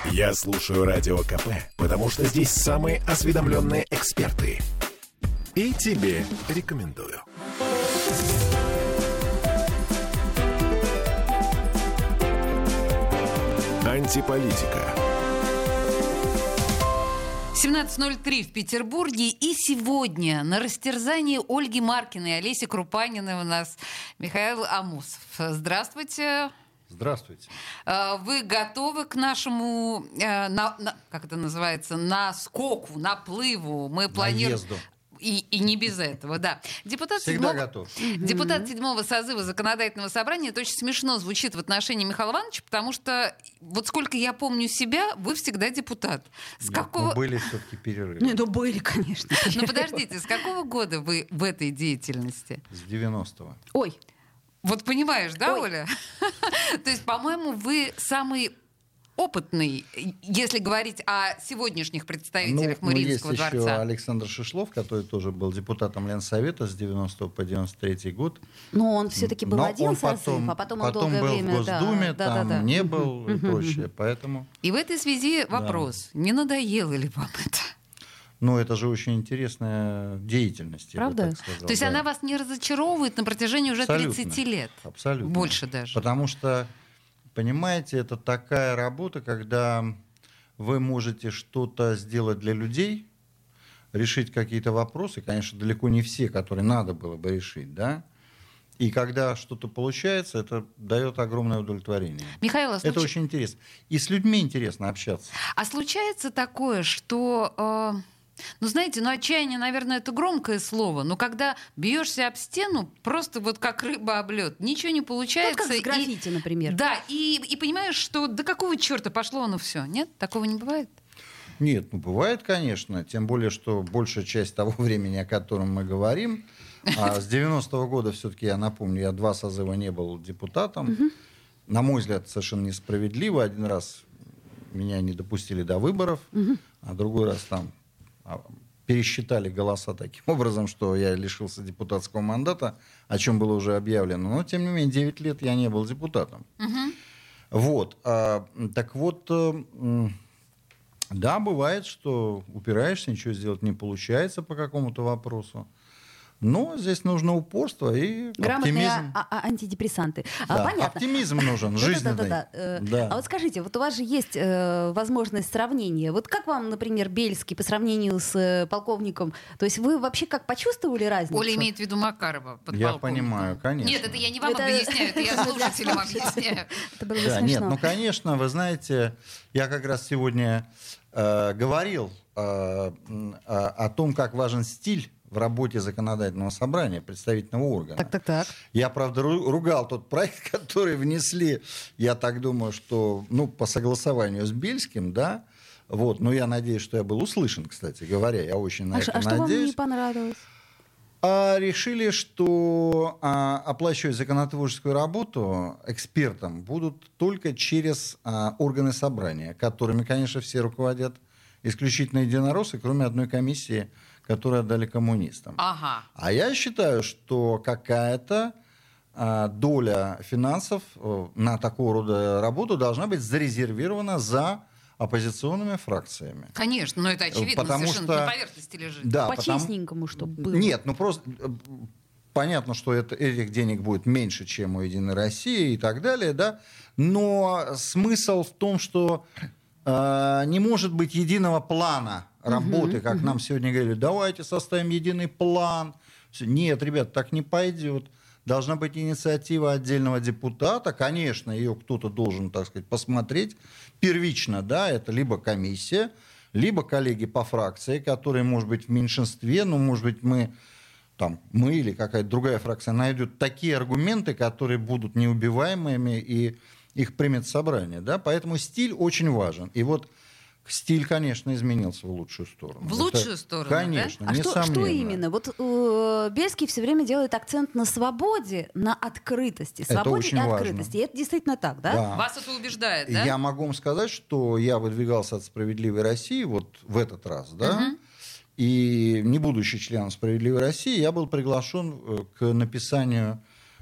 Я слушаю Радио КП, потому что здесь самые осведомленные эксперты. И тебе рекомендую. Антиполитика. 17:03 в Петербурге. И сегодня на растерзании Ольги Маркиной и Олеси Крупаниной у нас Михаил Амосов. Здравствуйте. Здравствуйте. Вы готовы к нашему, как это называется, наскоку, наплыву? Мы планируем... Наезду. И не без этого, да. Депутат готов. Депутат 7-го созыва Законодательного собрания. Это очень смешно звучит в отношении Михаила Ивановича, потому что вот сколько я помню себя, вы всегда депутат. Были все-таки перерывы. Ну, были, конечно. Ну, подождите, с какого года вы в этой деятельности? С 90-го. Ой. Вот понимаешь, да, Оля? То есть, по-моему, вы самый опытный, если говорить о сегодняшних представителях Мариинского есть дворца. еще Александр Шишлов, который тоже был депутатом Ленсовета с 90 по 93 год. Но он все-таки был один созыв, а потом он долгое был время... в Госдуме, там не был и прочее, поэтому... И в этой связи вопрос, не надоело ли вам это? Ну, это же очень интересная деятельность, правда? я бы так сказал. То есть она вас не разочаровывает на протяжении уже 30 лет? Абсолютно. Больше даже. Потому что, понимаете, это такая работа, когда вы можете что-то сделать для людей, решить какие-то вопросы, конечно, далеко не все, которые надо было бы решить, да? И когда что-то получается, это дает огромное удовлетворение. Михаил, это очень интересно. И с людьми интересно общаться. А случается такое, что... Ну, знаете, отчаяние, наверное, это громкое слово, но когда бьешься об стену, просто вот как рыба об лед, ничего не получается. Вот как с граффити, например. Да, и понимаешь, что до какого черта пошло оно все? Нет? Такого не бывает? Нет, бывает, конечно. Тем более, что большая часть того времени, о котором мы говорим, с 90-го года, все-таки, я напомню, я 2 созыва не был депутатом. На мой взгляд, совершенно несправедливо. Один раз меня не допустили до выборов, а другой раз там пересчитали голоса таким образом, что я лишился депутатского мандата, о чем было уже объявлено. Но, тем не менее, 9 лет я не был депутатом. Вот. Так вот, да, бывает, что упираешься, ничего сделать не получается по какому-то вопросу. Но здесь нужно упорство и грамотные оптимизм. Антидепрессанты. Да, понятно. Оптимизм нужен, жизненный. Да. А вот скажите, вот у вас же есть возможность сравнения. Вот как вам, например, Бельский по сравнению с полковником? То есть вы вообще как почувствовали разницу? Оля имеет в виду Макарова. Я понимаю, конечно. Нет, это я не вам объясняю, это я слушателям объясняю. Это было бы да, смешно. нет, конечно, вы знаете, я как раз сегодня говорил о том, как важен стиль в работе законодательного собрания, представительного органа. Так. Я, правда, ругал тот проект, который внесли, я так думаю, что, по согласованию с Бельским, да, вот, но я надеюсь, что я был услышан, кстати говоря, я очень на это надеюсь. Что вам не понравилось? Решили, что оплачивать законотворческую работу экспертам будут только через органы собрания, которыми, конечно, все руководят исключительно единороссы, кроме одной комиссии, которую отдали коммунистам. Ага. А я считаю, что какая-то доля финансов на такого рода работу должна быть зарезервирована за оппозиционными фракциями. Конечно, но это очевидно, потому совершенно что, на поверхности лежит. Да, по-честненькому, чтобы было. Нет, просто понятно, что этих денег будет меньше, чем у «Единой России» и так далее, да, но смысл в том, что не может быть единого плана работы, как нам сегодня говорили, давайте составим единый план. Нет, ребят, так не пойдет. Должна быть инициатива отдельного депутата. Конечно, ее кто-то должен, так сказать, посмотреть. Первично, да, это либо комиссия, либо коллеги по фракции, которые, может быть, в меньшинстве, но, может быть, мы или какая-то другая фракция найдет такие аргументы, которые будут неубиваемыми, и их примет собрание. Да? Поэтому стиль очень важен. И вот стиль, конечно, изменился в лучшую сторону. В лучшую сторону, конечно, да? несомненно. Что именно? Вот Бельский все время делает акцент на свободе, на открытости. Свободе и открытости. Важно. И это действительно так, да? Да. Вас это убеждает, да? Я могу вам сказать, что я выдвигался от «Справедливой России» вот в этот раз, да, и не будучи членом «Справедливой России», я был приглашен к написанию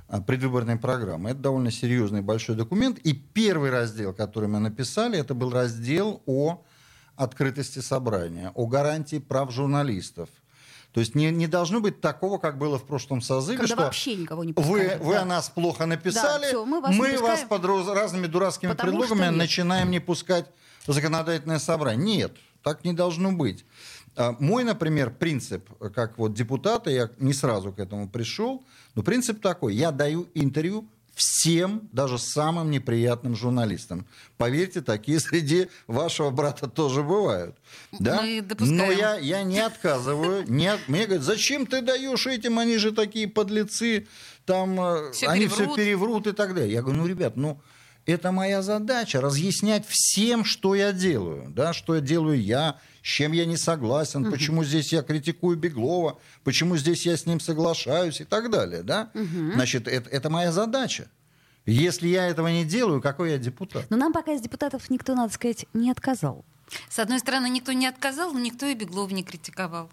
предвыборной программы. Это довольно серьезный большой документ. И первый раздел, который мы написали, это был раздел о открытости собрания, о гарантии прав журналистов. То есть не должно быть такого, как было в прошлом созыве, когда что вообще никого не пускают. вы о нас плохо написали, да, всё, мы вас под разными дурацкими предлогами начинаем не пускать в законодательное собрание. Нет, так не должно быть. Мой, например, принцип, как вот депутата, я не сразу к этому пришел, но принцип такой: я даю интервью всем, даже самым неприятным журналистам. Поверьте, такие среди вашего брата тоже бывают. Да? Но я не отказываю. Мне говорят, зачем ты даешь этим, они же такие подлецы, там, они все переврут и так далее. Я говорю, ребят, это моя задача — разъяснять всем, что я делаю. Да? Что я делаю я, с чем я не согласен, почему здесь я критикую Беглова, почему здесь я с ним соглашаюсь и так далее. Да? Значит, это моя задача. Если я этого не делаю, какой я депутат? Но нам пока из депутатов никто, надо сказать, не отказал. С одной стороны, никто не отказал, но никто и Беглова не критиковал.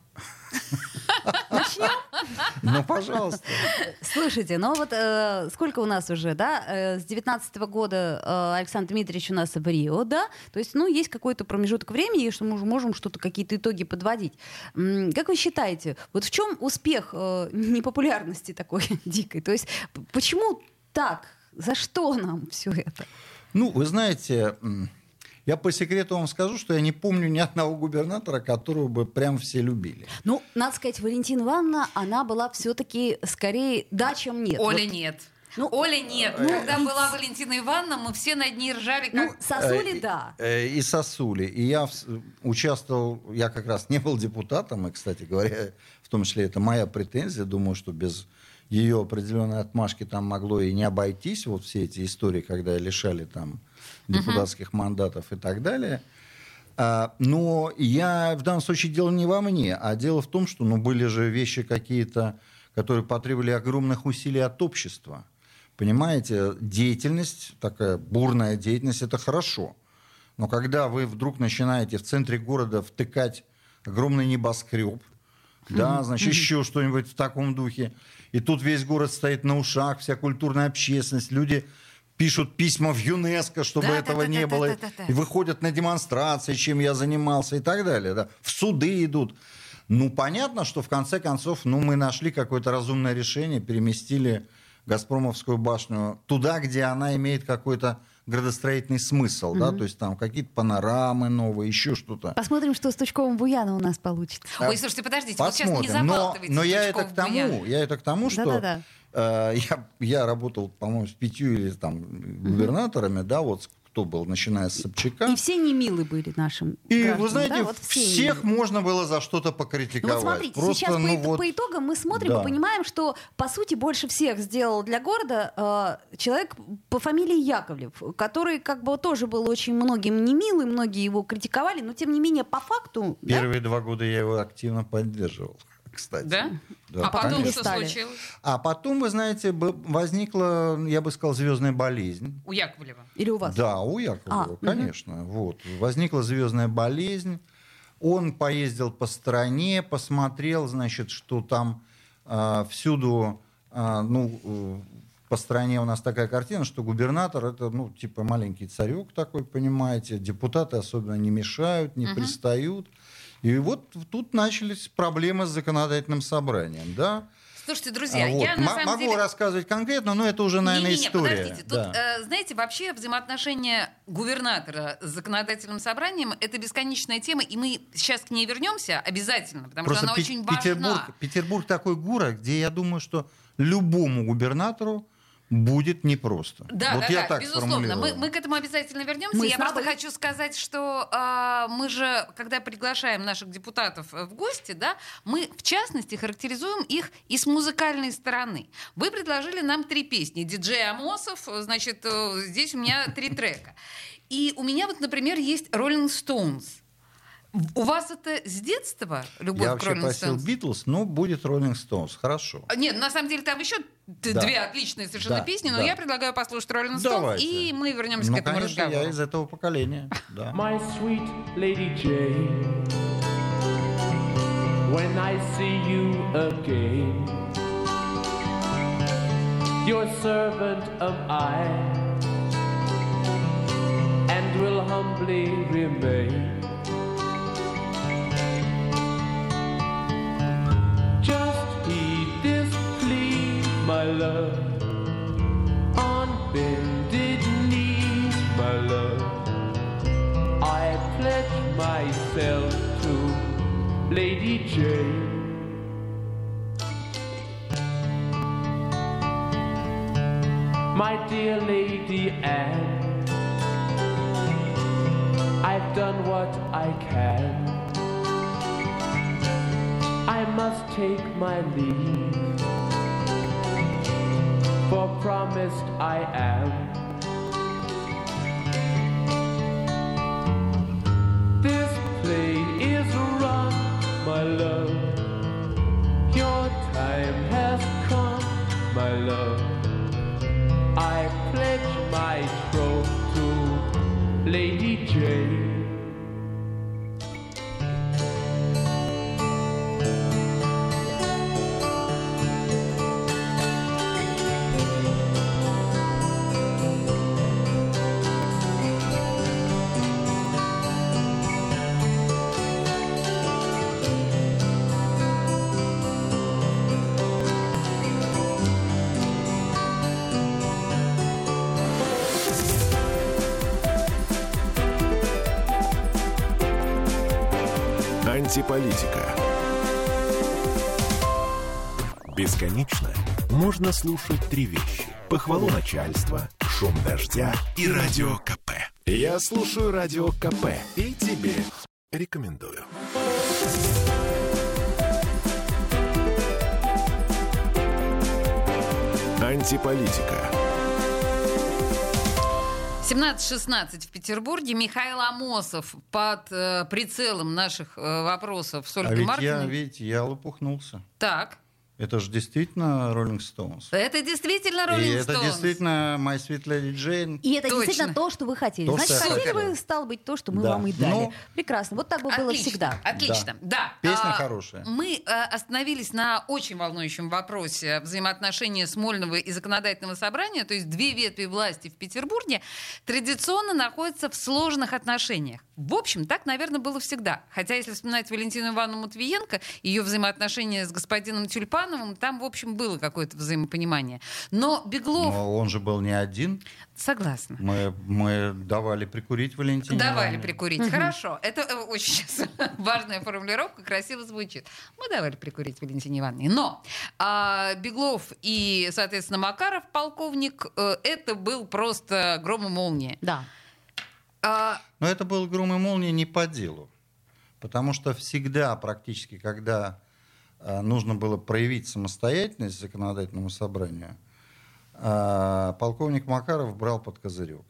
Начнем? Ну, пожалуйста. Слушайте, сколько у нас уже, да? С 19-го года Александр Дмитриевич у нас в Рио, да? То есть, есть какой-то промежуток времени, что мы можем какие-то итоги подводить. Как вы считаете, вот в чем успех непопулярности такой дикой? То есть, почему так? За что нам все это? Вы знаете, я по секрету вам скажу, что я не помню ни одного губернатора, которого бы прям все любили. Надо сказать, Валентина Ивановна, она была все-таки скорее да, чем нет. Оля нет. Оля нет. Когда была Валентина Ивановна, мы все над ней ржали. Как... сосули, да. И сосули. И я участвовал, я как раз не был депутатом, и, кстати говоря, в том числе это моя претензия, думаю, что без ее определенной отмашки там могло и не обойтись, вот все эти истории, когда лишали там депутатских мандатов и так далее. Но я в данном случае дело не во мне, а дело в том, что были же вещи какие-то, которые потребовали огромных усилий от общества. Понимаете, деятельность, такая бурная деятельность, это хорошо. Но когда вы вдруг начинаете в центре города втыкать огромный небоскреб, да, значит, еще что-нибудь в таком духе, и тут весь город стоит на ушах, вся культурная общественность, люди пишут письма в ЮНЕСКО, чтобы этого не было, и выходят на демонстрации, чем я занимался и так далее. Да. В суды идут. Понятно, что в конце концов мы нашли какое-то разумное решение, переместили Газпромовскую башню туда, где она имеет какой-то градостроительный смысл, да, то есть там какие-то панорамы новые, еще что-то. Посмотрим, что с Тучковым Буяна у нас получится. Ой, слушайте, подождите, посмотрим. Вот сейчас не забалтывайте. Но я это к тому, что я работал, по-моему, с 5 или губернаторами, да, вот кто был, начиная с Собчака. И все не милы были нашим гражданам. И вы знаете, всех можно было за что-то покритиковать. Смотрите, просто, сейчас по итогам мы смотрим и понимаем, что, по сути, больше всех сделал для города человек по фамилии Яковлев, который тоже был очень многим не милый, многие его критиковали, но, тем не менее, по факту... Первые 2 года я его активно поддерживал. Кстати. Да? Да, а потом конечно. что случилось? А потом, вы знаете, возникла, я бы сказал, звездная болезнь. У Яковлева? Или у вас? Да, у Яковлева, конечно. Вот. Возникла звездная болезнь. Он поездил по стране, посмотрел, значит, что там всюду, по стране у нас такая картина, что губернатор — это, типа маленький царек такой, понимаете, депутаты особенно не мешают, не пристают. И вот тут начались проблемы с законодательным собранием, да? Слушайте, друзья, я на самом деле... Могу рассказывать конкретно, но это уже, наверное, история. Подождите. Тут, знаете, вообще взаимоотношения губернатора с законодательным собранием — это бесконечная тема, и мы сейчас к ней вернемся обязательно, потому что она очень важна. Петербург такой город, где я думаю, что любому губернатору будет непросто. Да, безусловно. Мы к этому обязательно вернемся. Я просто хочу сказать, что мы же, когда приглашаем наших депутатов в гости, да, мы, в частности, характеризуем их и с музыкальной стороны. Вы предложили нам 3 песни. Диджей Амосов, значит, здесь у меня 3 трека. И у меня вот, например, есть Rolling Stones. У вас это с детства любовь к Rolling Stones? Я вообще просил Битлз, но будет Rolling Stones. Хорошо. Нет, на самом деле там еще 2 отличные совершенно песни, но я предлагаю послушать Rolling Stones, и мы вернемся к этому разговору. Я из этого поколения. Да. My sweet Lady Jane, when I see you again, Your servant am I, and will humbly remain. Just heed this plea, my love, on bended knees, my love. I pledge myself to Lady Jane. My dear Lady Anne, I've done what I can. I must take my leave, for promised I am. This play is run, my love. Your time has come, my love. I pledge my troth to Lady Jane. Антиполитика. Бесконечно можно слушать три вещи: похвалу начальства, шум дождя и радио КП. Я слушаю радио КП и тебе рекомендую. Антиполитика. 17:16 в Петербурге. Михаил Амосов под прицелом наших вопросов с Ольгой Маркиной. Видите, я лопухнулся. Так. Это же действительно Rolling Stones. Это действительно Rolling Stones. И это действительно My Sweet Lady Jane. И это Точно. действительно то, что вы хотели. То, Значит, что я хотели хотел. вы, стало быть, то, что мы Да. вам и дали. Ну, прекрасно. Вот так бы было всегда. Отлично, да. Песня хорошая. Мы остановились на очень волнующем вопросе взаимоотношения Смольного и Законодательного собрания, то есть две ветви власти в Петербурге традиционно находятся в сложных отношениях. В общем, так, наверное, было всегда. Хотя, если вспоминать Валентину Ивановну Матвиенко, ее взаимоотношения с господином Тюльпановым, там, в общем, было какое-то взаимопонимание. Но Беглов... Но он же был не один. Согласна. Мы давали прикурить Валентине Давали Ивановне. прикурить. Хорошо. Это очень сейчас важная формулировка, красиво звучит. Мы давали прикурить Валентине Ивановне. Но Беглов и, соответственно, Макаров, полковник, это был просто гром и молния. Да. Но это был гром и молния не по делу. Потому что всегда, практически, когда нужно было проявить самостоятельность законодательному собранию, полковник Макаров брал под козырек.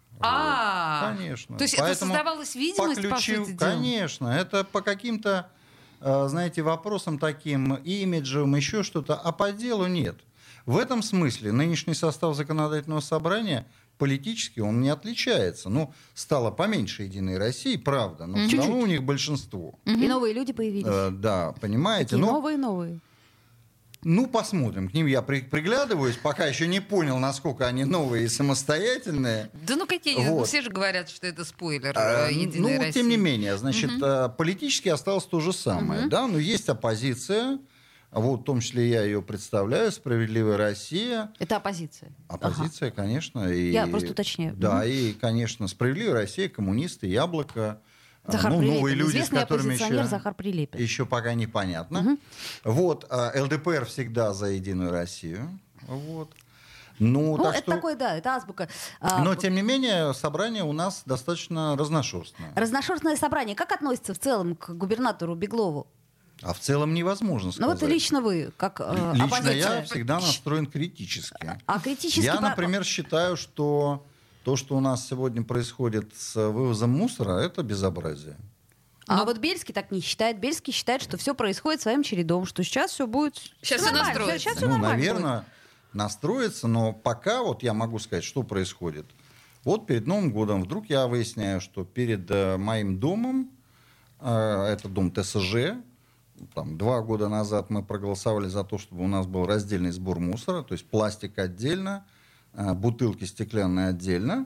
Конечно. То есть это создавалась видимость, по сути дела? Конечно. Это по каким-то, знаете, вопросам таким, имиджевым, еще что-то, а по делу нет. В этом смысле нынешний состав законодательного собрания политически он не отличается. Ну, стало поменьше «Единой России», правда, но все равно у них большинство. И новые люди появились. Да, понимаете. Такие новые. Ну, посмотрим. К ним я приглядываюсь, пока еще не понял, насколько они новые и самостоятельные. Да ну какие, Вот. все же говорят, что это спойлер «Единой России». Тем не менее, значит, политически осталось то же самое. Да? Но есть оппозиция, вот, в том числе я ее представляю, «Справедливая Россия». Это оппозиция. Оппозиция, конечно. И, Я просто уточняю. Да, и, конечно, «Справедливая Россия», коммунисты, «Яблоко». Захар Прилепин. Новые люди, с Известный которыми оппозиционер Захар Прилепин. еще пока непонятно. Вот, ЛДПР всегда за «Единую Россию». Вот. Ну, так это что... такой, да, это азбука. Но, тем не менее, собрание у нас достаточно разношерстное. Разношерстное собрание. Как относится в целом к губернатору Беглову? А в целом невозможно сказать. Ну вот лично вы, как Лично оппозиция. я всегда настроен критически. А критически... Я, например, считаю, что то, что у нас сегодня происходит с вывозом мусора, это безобразие. А вот Бельский так не считает. Бельский считает, что все происходит своим чередом, что сейчас все будет... Сейчас всё всё нормально, настроится. Сейчас всё Ну, нормально наверное, будет. настроиться, но пока вот я могу сказать, что происходит. Вот перед Новым годом вдруг я выясняю, что перед моим домом, это дом ТСЖ, там, 2 года назад мы проголосовали за то, чтобы у нас был раздельный сбор мусора, то есть пластик отдельно, бутылки стеклянные отдельно.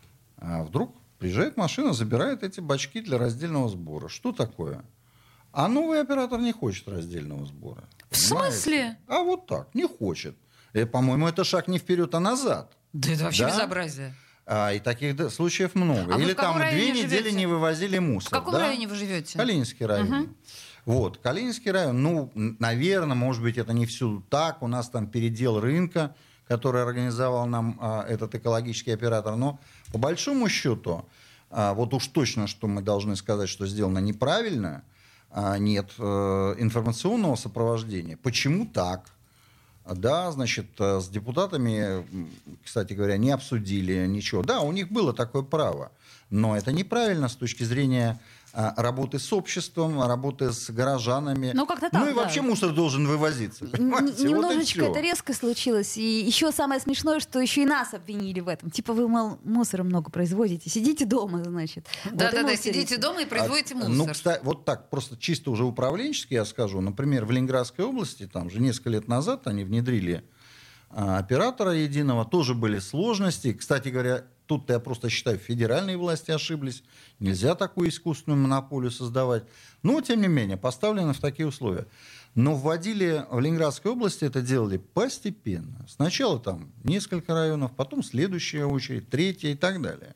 А вдруг приезжает машина, забирает эти бачки для раздельного сбора. Что такое? А новый оператор не хочет раздельного сбора. В смысле? А вот так, не хочет. И, по-моему, это шаг не вперед, а назад. Да это вообще безобразие. И таких случаев много. А Или там 2 недели живете? не вывозили мусор. В каком районе вы живете? Калининский район. Угу. Вот, Калининский район, ну, наверное, может быть, это не всюду так. У нас там передел рынка, который организовал нам этот экологический оператор. Но по большому счету, вот уж точно, что мы должны сказать, что сделано неправильно, нет информационного сопровождения. Почему так? Да, значит, с депутатами, кстати говоря, не обсудили ничего. Да, у них было такое право, но это неправильно с точки зрения работы с обществом, работы с горожанами. Ну, как-то так, и вообще мусор должен вывозиться. Немножечко это резко случилось. И еще самое смешное, что еще и нас обвинили в этом. Типа вы, мол, мусора много производите. Сидите дома, значит. Да-да-да, сидите дома и производите мусор. Ну, кстати, вот так, просто чисто уже управленчески я скажу. Например, в Ленинградской области, там же несколько лет назад они внедрили оператора единого. Тоже были сложности. Кстати говоря, тут я просто считаю, федеральные власти ошиблись. Нельзя такую искусственную монополию создавать. Но, тем не менее, поставлено в такие условия. Но вводили в Ленинградской области, это делали постепенно. Сначала там несколько районов, потом следующая очередь, третья и так далее.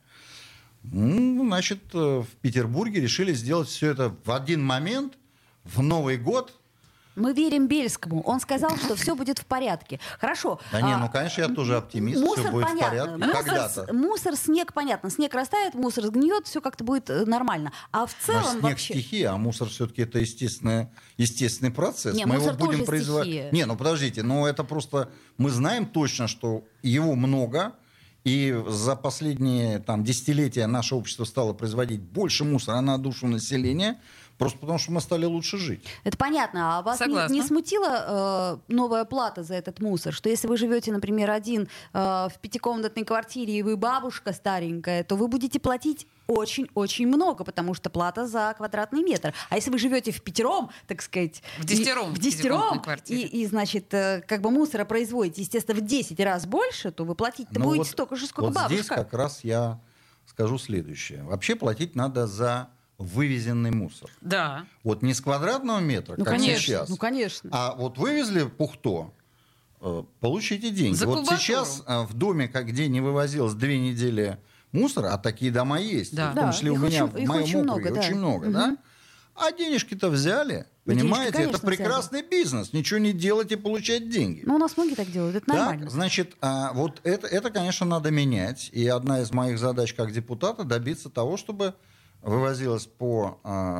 Ну, значит, в Петербурге решили сделать все это в один момент, в Новый год. Мы верим Бельскому. Он сказал, что все будет в порядке. Хорошо. Да не, ну, конечно, я тоже оптимист. Все будет в порядке. Когда-то. Мусор, снег, понятно. Снег растает, мусор сгниет, все как-то будет нормально. А в целом снег вообще... стихия, а мусор все-таки это естественный процесс. Не, мы мусор его будем производить. Не, ну подождите, но это просто... Мы знаем точно, что его много, и за последние там, десятилетия наше общество стало производить больше мусора на душу населения, просто потому что мы стали лучше жить. Это понятно. А вас не смутила новая плата за этот мусор? Что если вы живете, например, один в 5-комнатной квартире, и вы бабушка старенькая, то вы будете платить очень-очень много, потому что плата за квадратный метр. А если вы живете впятером, так сказать... В десятером и, значит, как бы мусора производите, естественно, в 10 раз больше, то вы платить-то будете вот, столько же, сколько вот бабушка. Здесь как раз я скажу следующее. Вообще платить надо за вывезенный мусор. Да. Вот не с квадратного метра, как сейчас. Ну, конечно. А вот вывезли пухто, получите деньги. За вот сейчас в доме, где не вывозилось 2 недели мусора, а такие дома есть, в том числе у меня в моем округе очень много, да? А денежки-то взяли, понимаете? Денежки, это прекрасный бизнес. Ничего не делать и получать деньги. Ну, у нас многие так делают, это нормально. Так, значит, вот это, конечно, надо менять. И одна из моих задач как депутата добиться того, чтобы вывозилось по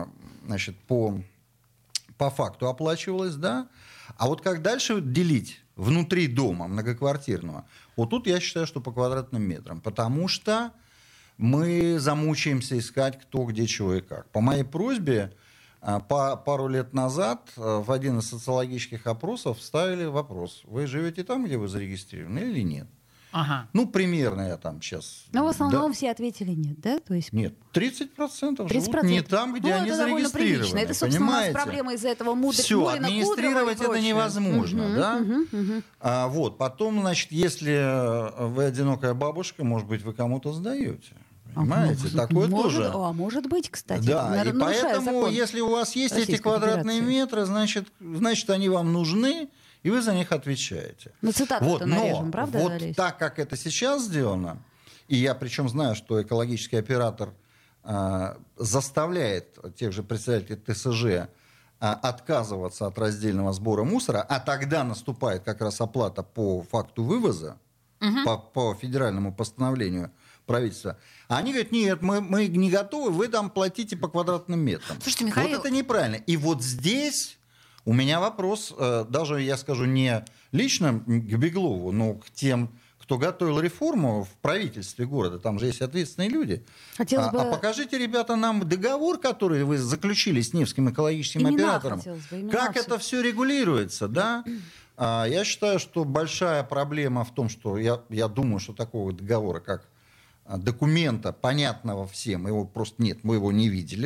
факту оплачивалось, да. А вот как дальше делить внутри дома многоквартирного, вот тут я считаю, что по квадратным метрам. Потому что мы замучаемся искать кто, где, чего и как. По моей просьбе пару лет назад в один из социологических опросов вставили вопрос: вы живете там, где вы зарегистрированы, или нет? Ага. Ну, примерно я там сейчас... Но в основном все ответили нет, да? То есть... Нет, 30% живут не там, где они зарегистрированы. Это, собственно, у нас проблема из-за этого Все, администрировать это невозможно, да? Вот, потом, значит, если вы одинокая бабушка, может быть, вы кому-то сдаете. Понимаете? Такое тоже. А может быть, кстати. Да, и поэтому, если у вас есть эти квадратные метры, значит, они вам нужны, и вы за них отвечаете. Ну, цитату-то нарежем, правда? Вот так, как это сейчас сделано, и я причем знаю, что экологический оператор заставляет тех же представителей ТСЖ отказываться от раздельного сбора мусора, а тогда наступает как раз оплата по факту вывоза, по федеральному постановлению правительства. А они говорят: нет, мы не готовы, вы там платите по квадратным метрам. Слушайте, Михаил... Вот это неправильно. И вот здесь... У меня вопрос, даже, я скажу, не лично к Беглову, но к тем, кто готовил реформу в правительстве города. Там же есть ответственные люди. А покажите, ребята, нам договор, который вы заключили с Невским экологическим оператором. Как это все регулируется, да? Я считаю, что большая проблема в том, что я думаю, что такого договора, как документа, понятного всем, его просто нет, мы его не видели.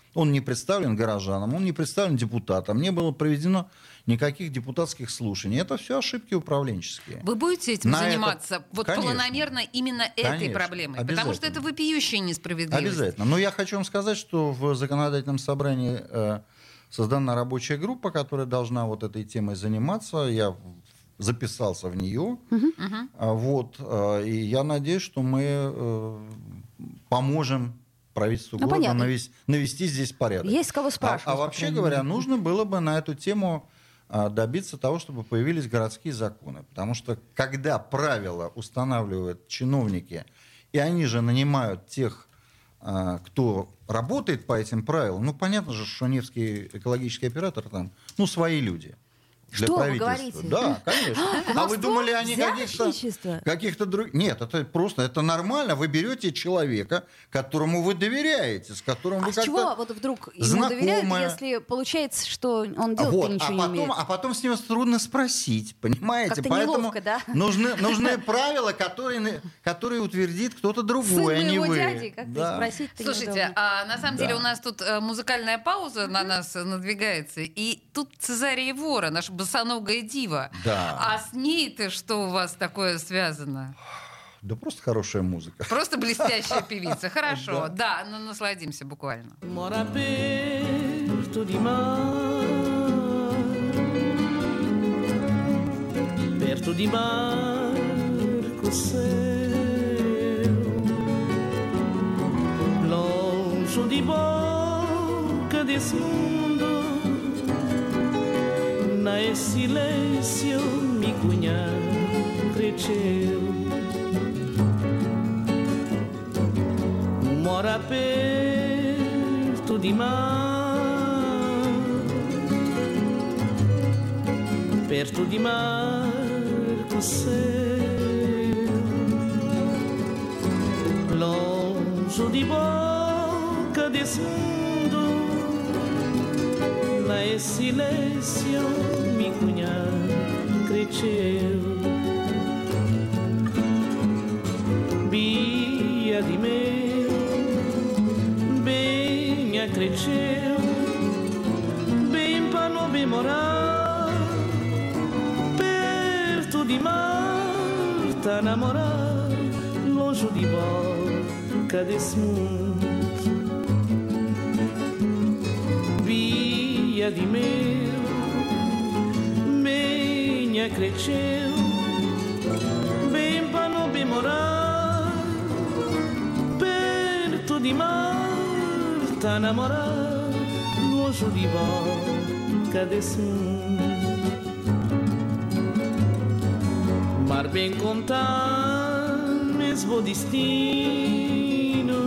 Он не представлен горожанам, он не представлен депутатам. Не было проведено никаких депутатских слушаний. Это все ошибки управленческие. Вы будете этим заниматься планомерно именно этой конечно, проблемой? Потому что это вопиющая несправедливость. Обязательно. Но я хочу вам сказать, что в законодательном собрании создана рабочая группа, которая должна вот этой темой заниматься. Я записался в нее. Вот. И я надеюсь, что мы поможем правительству города навести здесь порядок. Есть кого спрашивать. А вообще говоря, нужно было бы на эту тему добиться того, чтобы появились городские законы. Потому что когда правила устанавливают чиновники, и они же нанимают тех, кто работает по этим правилам, ну, понятно же, что Невский экологический оператор там, ну, свои люди. Для что правительства. Вы говорите? Да, конечно. А вы думали, они каких-то других... Нет, это просто, это нормально. Вы берете человека, которому вы доверяете, с которым вы как-то знакомы. А с чего вот вдруг ему доверяют, если получается, что он делает ничего не умеет? А потом с него трудно спросить, понимаете? Как-то поэтому неловко, да? нужны правила, которые утвердит кто-то другой, а не вы. Дяди, как спросить-то. Слушайте, на самом деле у нас тут музыкальная пауза на нас надвигается, и тут Цезария Вора, наша босоногая дива. Да. А с ней-то что у вас такое связано? Да просто хорошая музыка. Просто блестящая певица. Хорошо, да, но насладимся буквально. Mora perto de mar, perto de barco seu, longe de boca desse mundo. Na silêncio mi cunhado cresceu. Mora perto de mar, perto de marco seu, longe de boca desse mundo. Na silêncio mi cunhado cresceu. Bia de meu, bem cresceu, bem para não bem morar, perto de mar, tá namorar, longe de boca desse mundo. Bia de meu, bem cresceu, bem para não bem morar, perto de mar, tá namorar, longe de boca desse mundo. Mar bem contar, mesmo destino,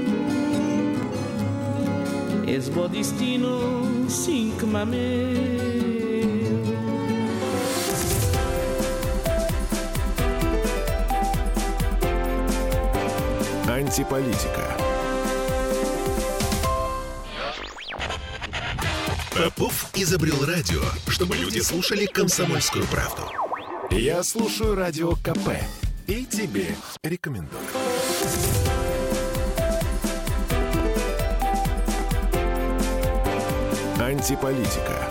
esbo destino, sim que mamei. Антиполитика. Попов изобрел радио, чтобы люди слушали «Комсомольскую правду». Я слушаю Радио КП и тебе рекомендую. Антиполитика.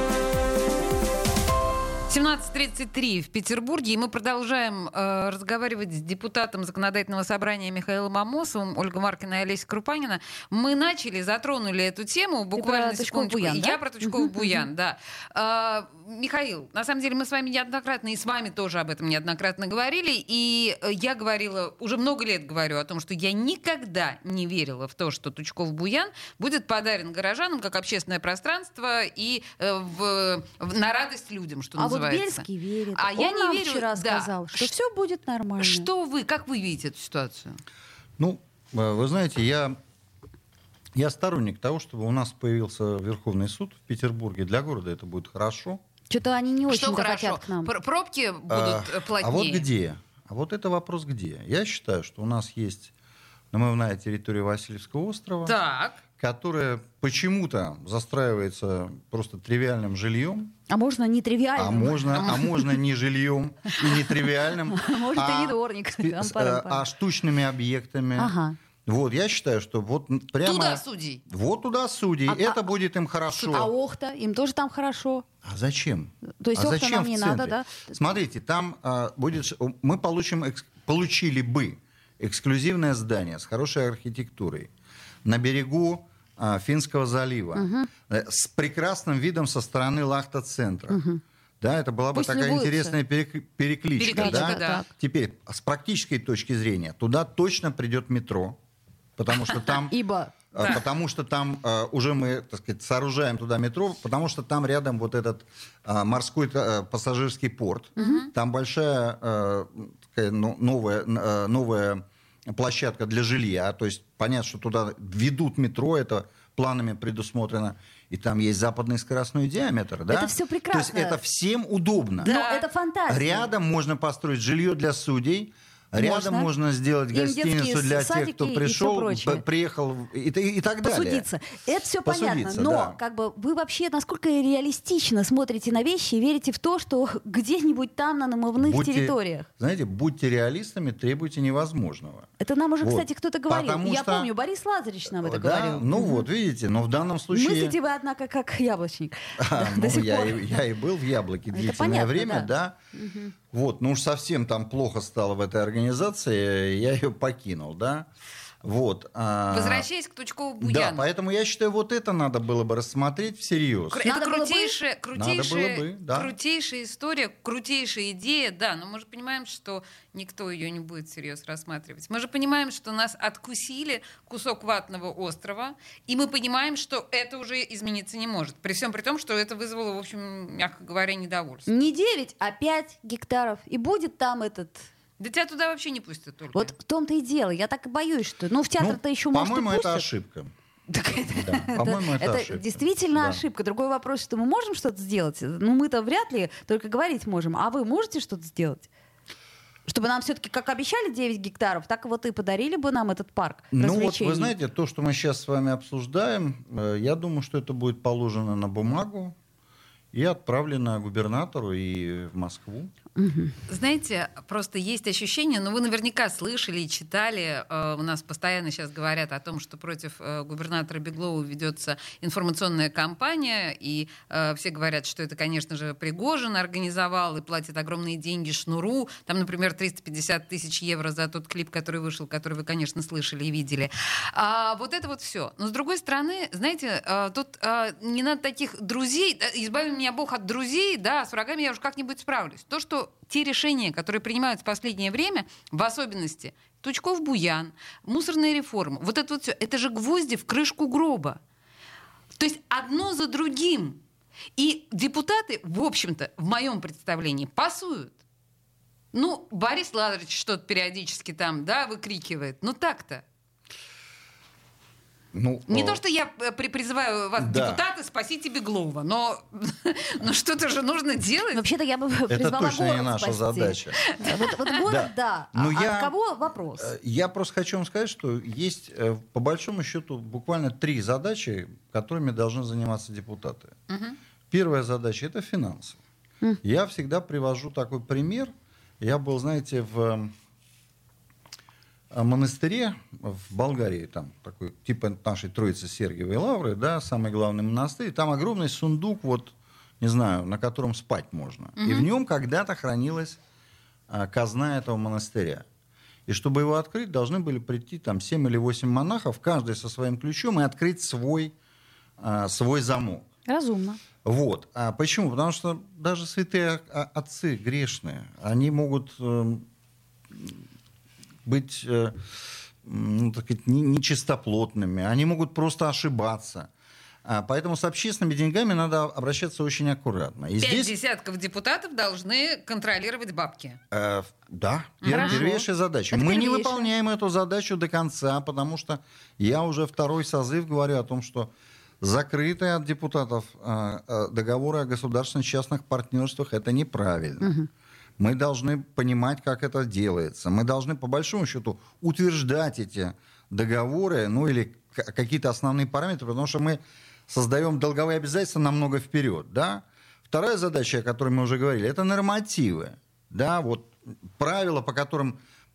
17:33 в Петербурге, и мы продолжаем разговаривать с депутатом Законодательного собрания Михаилом Амосовым, Ольга Маркина и Олеся Крупанина. Мы затронули эту тему буквально секундочку. Я про Тучков-Буян, да. Михаил, на самом деле мы с вами неоднократно, и с вами тоже об этом неоднократно говорили, и я говорила, уже много лет говорю о том, что я никогда не верила в то, что Тучков-Буян будет подарен горожанам как общественное пространство и на радость людям, что называется. Вот Бельский верит. А я не верю. Вчера сказал, что все будет нормально. Как вы видите эту ситуацию? Ну, вы знаете, я сторонник того, чтобы у нас появился Верховный суд в Петербурге. Для города это будет хорошо. Что-то они не очень хотят к нам. Пробки будут плотнее. А вот где? А вот это вопрос где? Я считаю, что у нас есть намывная территория Васильевского острова, которая почему-то застраивается просто тривиальным жильем. А можно не тривиальным. А можно не жильем и не тривиальным. Может, и не дворник. А штучными объектами. Вот, я считаю, что вот прямо... Туда судей. Вот туда судей. Это будет им хорошо. А Охта? Им тоже там хорошо. А зачем? То есть Охта нам не надо, да? Смотрите, там мы получили бы эксклюзивное здание с хорошей архитектурой на берегу Финского залива, с прекрасным видом со стороны Лахта-центра. Да, это была бы такая интересная перекличка. Да? Теперь, с практической точки зрения, туда точно придет метро, потому что там... Потому что там уже мы, так сказать, сооружаем туда метро, потому что там рядом вот этот морской пассажирский порт. Там большая такая новая площадка для жилья. То есть понятно, что туда ведут метро, это планами предусмотрено. И там есть западный скоростной диаметр. Да? Это все прекрасно. То есть это всем удобно. Но это фантастика. Рядом можно построить жилье для судей. Рядом можно сделать гостиницу для тех, кто пришел, приехал и так далее. Посудиться. Это все понятно. Но как бы вы вообще насколько реалистично смотрите на вещи и верите в то, что где-нибудь там на намывных территориях? Знаете, будьте реалистами, требуйте невозможного. Это нам уже, кстати, кто-то говорил. Я помню, Борис Лазаревич нам это говорил. Ну вот, видите, но в данном случае... Мыслите вы, однако, как яблочник. Я и был в Яблоке длительное время, да. Вот, ну уж совсем там плохо стало в этой организации, я ее покинул, да. Вот. Возвращаясь к Тучкову-Буяну. Да, поэтому я считаю, вот это надо было бы рассмотреть всерьез. Это крутейшая история, крутейшая идея, да, но мы же понимаем, что никто ее не будет всерьез рассматривать. Мы же понимаем, что нас откусили кусок ватного острова, и мы понимаем, что это уже измениться не может. При всем при том, что это вызвало, в общем, мягко говоря, недовольство. Не 9, а 5 гектаров. И будет там этот... Да тебя туда вообще не пустят только. Вот в том-то и дело. Я так и боюсь, что... Ну, в театр-то еще, может, и пустят. По-моему, это ошибка. По-моему, это действительно ошибка. Другой вопрос, что мы можем что-то сделать. Ну, мы-то вряд ли только говорить можем. А вы можете что-то сделать? Чтобы нам все-таки, как обещали, 9 гектаров, так вот и подарили бы нам этот парк развлечений. Ну вот, вы знаете, то, что мы сейчас с вами обсуждаем, я думаю, что это будет положено на бумагу и отправлено губернатору и в Москву. Знаете, просто есть ощущение, но вы наверняка слышали и читали, у нас постоянно сейчас говорят о том, что против губернатора Беглова ведется информационная кампания, и все говорят, что это, конечно же, Пригожин организовал и платит огромные деньги Шнуру, там, например, 350 тысяч евро за тот клип, который вышел, который вы, конечно, слышали и видели. Вот это вот все. Но, с другой стороны, знаете, тут не надо таких друзей, избави меня Бог от друзей, да, с врагами я уж как-нибудь справлюсь. То, что те решения, которые принимаются в последнее время, в особенности Тучков-Буян, мусорная реформа, вот это вот все, это же гвозди в крышку гроба. То есть одно за другим. И депутаты, в общем-то, в моем представлении, пасуют. Ну, Борис Лазаревич что-то периодически там, да, выкрикивает. Ну так-то. Не то, что я призываю вас, депутаты, спасите Беглова, но что-то же нужно делать. Вообще-то я бы призвала это точно город не наша спасти. задача. Вот город, да. От кого вопрос? Я просто хочу вам сказать, что есть, по большому счету, буквально 3 задачи, которыми должны заниматься депутаты. Первая задача — это финансы. Я всегда привожу такой пример. Я был, знаете, в монастыре в Болгарии, там такой типа нашей Троицы Сергиевой Лавры, да, самый главный монастырь, там огромный сундук, вот, не знаю, на котором спать можно. И в нем когда-то хранилась казна этого монастыря. И чтобы его открыть, должны были прийти там 7 или 8 монахов, каждый со своим ключом, и открыть свой замок. Разумно. Вот. А почему? Потому что даже святые отцы грешные, они могут быть так сказать, нечистоплотными, они могут просто ошибаться. Поэтому с общественными деньгами надо обращаться очень аккуратно. И 5 десятков депутатов должны контролировать бабки. Да, первейшая задача. Мы не выполняем эту задачу до конца, потому что я уже 2-й созыв говорю о том, что закрытые от депутатов договоры о государственно-частных партнерствах — это неправильно. Мы должны понимать, как это делается. Мы должны, по большому счету, утверждать эти договоры, ну или какие-то основные параметры, потому что мы создаем долговые обязательства намного вперед. Да? Вторая задача, о которой мы уже говорили, это нормативы. Да? Вот правила, по которым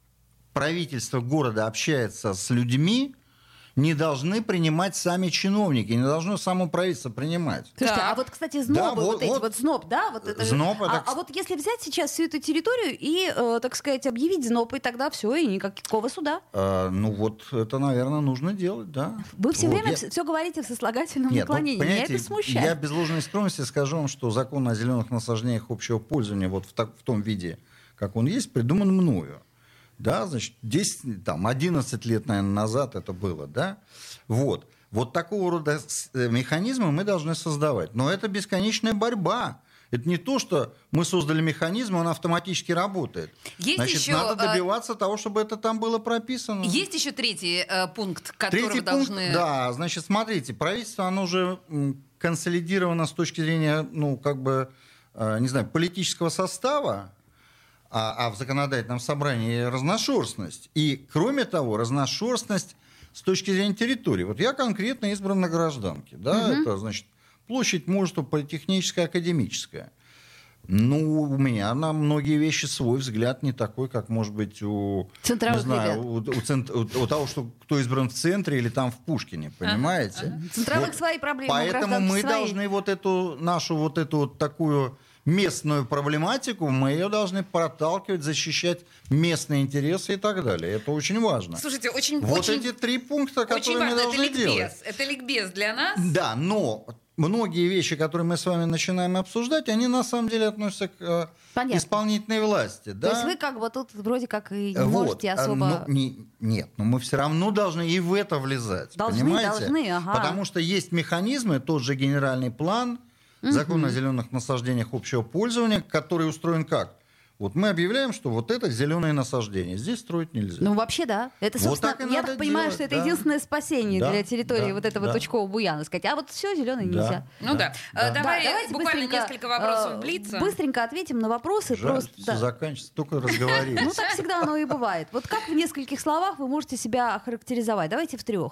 правительство города общается с людьми, не должны принимать сами чиновники, не должно само правительство принимать. Слушайте, а вот, кстати, знобы, зноб, да? Вот это зноб, это... А вот если взять сейчас всю эту территорию и, так сказать, объявить зноб, и тогда все, и никакого суда. Это, наверное, нужно делать, да. Вы все время все говорите в сослагательном наклонении. Меня это смущает. Я без ложной скромности скажу вам, что закон о зеленых насаждениях общего пользования вот в том виде, как он есть, придуман мною. Да, значит, 11 лет, наверное, назад это было, да. Вот такого рода механизмы мы должны создавать. Но это бесконечная борьба. Это не то, что мы создали механизм, он автоматически работает. Надо добиваться того, чтобы это там было прописано. Есть еще третий пункт, который вы должны... Да, значит, смотрите, правительство, оно уже консолидировано с точки зрения, политического состава, а в законодательном собрании разношерстность. И, кроме того, разношерстность с точки зрения территории. Вот я конкретно избран на гражданке. Да? Это, значит, площадь мужества политехническая, академическая. У меня на многие вещи свой взгляд не такой, как, может быть, у того, кто избран в центре или там в Пушкине, понимаете? Центральных свои проблемы. Поэтому мы должны нашу такую... местную проблематику, мы ее должны проталкивать, защищать местные интересы и так далее. Это очень важно. Слушайте, эти 3 пункта, которые мы должны делать. Это ликбез для нас. Да, но многие вещи, которые мы с вами начинаем обсуждать, они на самом деле относятся к исполнительной власти. Да? То есть вы тут вроде как и не можете особо... Нет, но мы все равно должны и в это влезать. Должны, ага. Потому что есть механизмы, тот же генеральный план, закон о зеленых насаждениях общего пользования, который устроен как? Вот мы объявляем, что вот это зеленые насаждения. Здесь строить нельзя. Вообще, да. Это, собственно, я так понимаю, что это единственное спасение для территории этого Тучкова-Буяна. Сказать, а вот все, зеленое нельзя. Давайте буквально несколько вопросов блица. Быстренько ответим на вопросы. Все заканчивается, только разговорились. Так всегда оно и бывает. Вот как в нескольких словах вы можете себя охарактеризовать? Давайте в 3.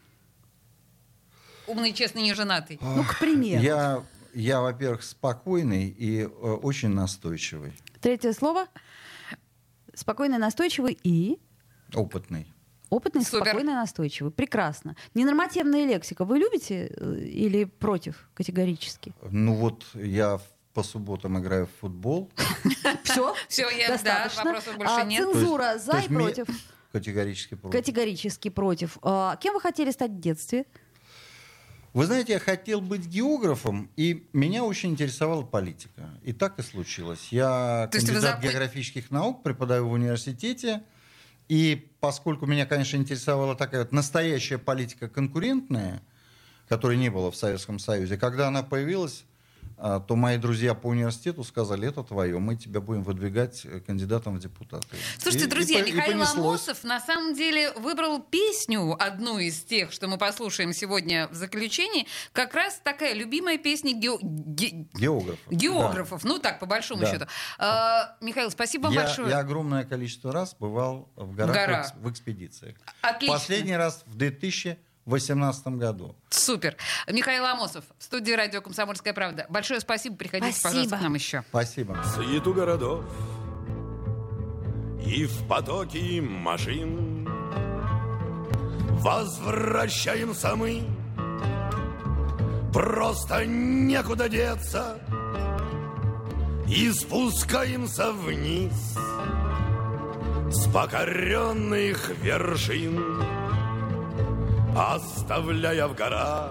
Умный, честный, неженатый. К примеру. Я, во-первых, спокойный и очень настойчивый. 3 слово. Спокойный, настойчивый и... Опытный. Опытный, спокойный, настойчивый. Прекрасно. Ненормативная лексика вы любите или против категорически? Я по субботам играю в футбол. Все? Достаточно. Вопросов больше нет. Цензура за и против? Категорически против. Категорически против. Кем вы хотели стать в детстве? Вы знаете, я хотел быть географом, и меня очень интересовала политика. И так и случилось. Я кандидат географических наук, преподаю в университете. И поскольку меня, конечно, интересовала такая настоящая политика конкурентная, которой не было в Советском Союзе, когда она появилась, то мои друзья по университету сказали, это твое, мы тебя будем выдвигать кандидатом в депутаты. Слушайте, друзья, Михаил Амосов на самом деле выбрал песню, одну из тех, что мы послушаем сегодня в заключении, как раз такая любимая песня географов. Да. По большому счету. Михаил, спасибо вам большое. Я огромное количество раз бывал в горах в экспедициях. Отлично. Последний раз в 2018 году. Супер. Михаил Амосов, в студии радио «Комсомольская правда». Большое спасибо. Приходите, пожалуйста, к нам еще. Спасибо. В суету городов и в потоки машин возвращаемся мы. Просто некуда деться. И спускаемся вниз с покоренных вершин. Оставляя в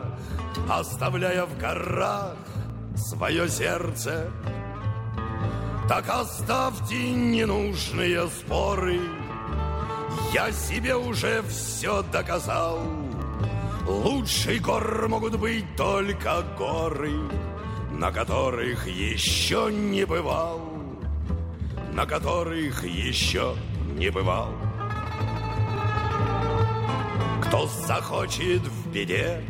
горах свое сердце. Так оставьте ненужные споры. Я себе уже все доказал. Лучше гор могут быть только горы, на которых еще не бывал. На которых еще не бывал. Кто захочет в беде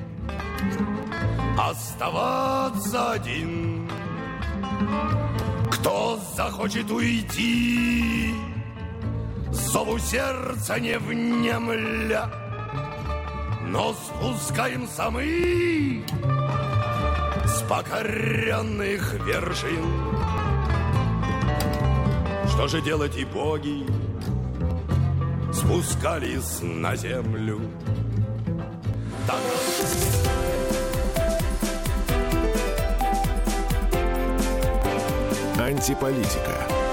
оставаться один, кто захочет уйти, зову сердца не внемля, но спускаемся мы с покоренных вершин. Что же делать, и боги спускались на землю. Так. Антиполитика.